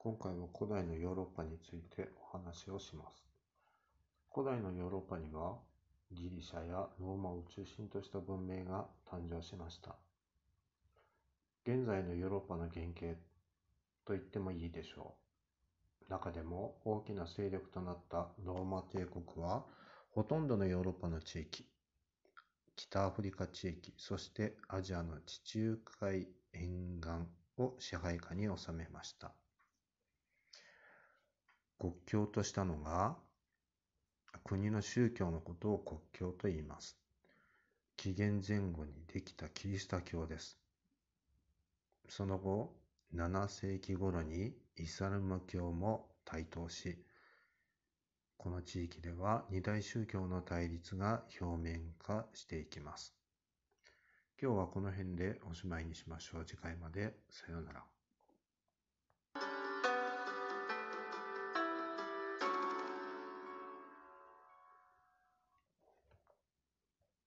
今回は古代のヨーロッパについてお話をします。古代のヨーロッパにはギリシャやローマを中心とした文明が誕生しました。現在のヨーロッパの原型と言ってもいいでしょう。中でも大きな勢力となったローマ帝国はほとんどのヨーロッパの地域、北アフリカ地域、そしてアジアの地中海沿岸を支配下に収めました。国教としたのが、国の宗教のことを国教と言います。紀元前後にできたキリスト教です。その後、7世紀頃にイスラム教も台頭し、この地域では二大宗教の対立が表面化していきます。今日はこの辺でおしまいにしましょう。次回まで。さようなら。